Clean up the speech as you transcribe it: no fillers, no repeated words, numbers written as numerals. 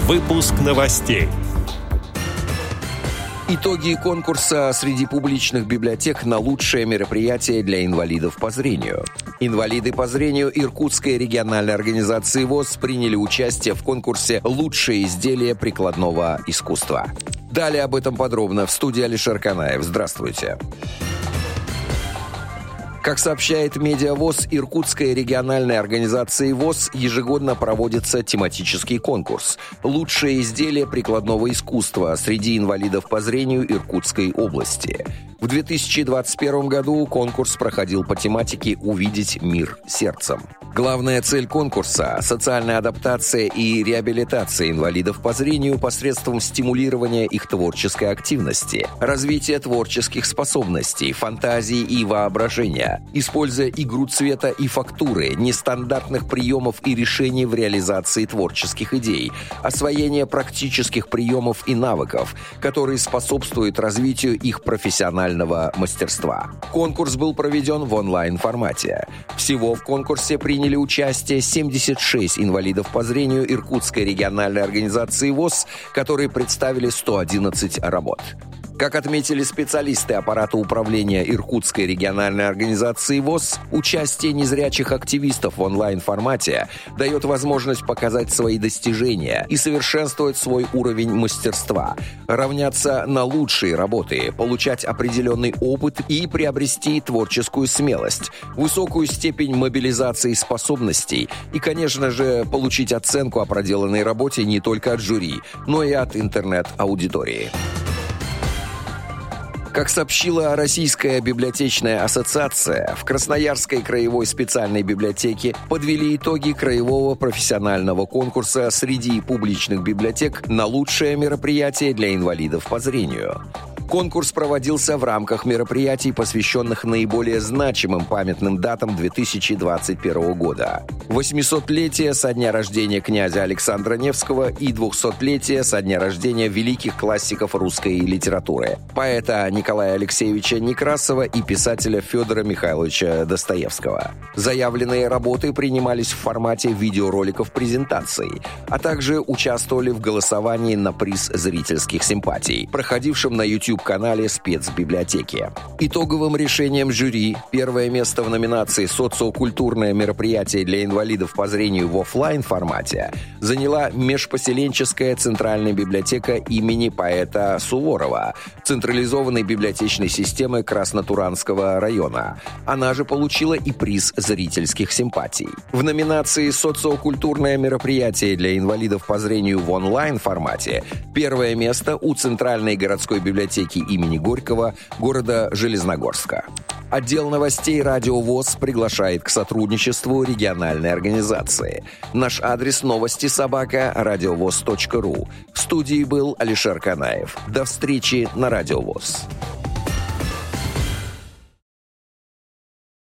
Выпуск новостей. Итоги конкурса среди публичных библиотек на лучшее мероприятие для инвалидов по зрению. Инвалиды по зрению Иркутской региональной организации ВОС приняли участие в конкурсе «Лучшие изделия прикладного искусства». Далее об этом подробно в студии Алишер Канаев. Здравствуйте. Как сообщает Медиавоз, Иркутской региональной организации ВОС ежегодно проводится тематический конкурс «Лучшие изделия прикладного искусства среди инвалидов по зрению Иркутской области». В 2021 году конкурс проходил по тематике «Увидеть мир сердцем». Главная цель конкурса – социальная адаптация и реабилитация инвалидов по зрению посредством стимулирования их творческой активности, развития творческих способностей, фантазии и воображения, используя игру цвета и фактуры, нестандартных приемов и решений в реализации творческих идей, освоение практических приемов и навыков, которые способствуют развитию их профессионального мастерства. Конкурс был проведен в онлайн-формате. Всего в конкурсе приняли участие 76 инвалидов по зрению Иркутской региональной организации ВОС, которые представили 111 работ. Как отметили специалисты аппарата управления Иркутской региональной организации ВОС, участие незрячих активистов в онлайн-формате дает возможность показать свои достижения и совершенствовать свой уровень мастерства, равняться на лучшие работы, получать определенный опыт и приобрести творческую смелость, высокую степень мобилизации способностей и, конечно же, получить оценку о проделанной работе не только от жюри, но и от интернет-аудитории. Как сообщила Российская библиотечная ассоциация, в Красноярской краевой специальной библиотеке подвели итоги краевого профессионального конкурса среди публичных библиотек на лучшее мероприятие для инвалидов по зрению. Конкурс проводился в рамках мероприятий, посвященных наиболее значимым памятным датам 2021 года. 800-летие со дня рождения князя Александра Невского и 200-летие со дня рождения великих классиков русской литературы – поэта Николая Алексеевича Некрасова и писателя Федора Михайловича Достоевского. Заявленные работы принимались в формате видеороликов презентаций, а также участвовали в голосовании на приз зрительских симпатий, проходившем на YouTube-канале спецбиблиотеки. Итоговым решением жюри первое место в номинации «Социокультурное мероприятие для инвалидов по зрению в офлайн-формате» заняла Межпоселенческая центральная библиотека имени поэта Суворова, централизованной библиотечной системы Краснотуранского района. Она же получила и приз зрительских симпатий. В номинации «Социокультурное мероприятие для инвалидов по зрению в онлайн-формате» первое место у Центральной городской библиотеки имени Горького города Железногорска. Отдел новостей «Радио ВОС» приглашает к сотрудничеству региональной организации. Наш адрес новости@радиовоз.ру. В студии был Алишер Канаев. До встречи на Радио ВОС.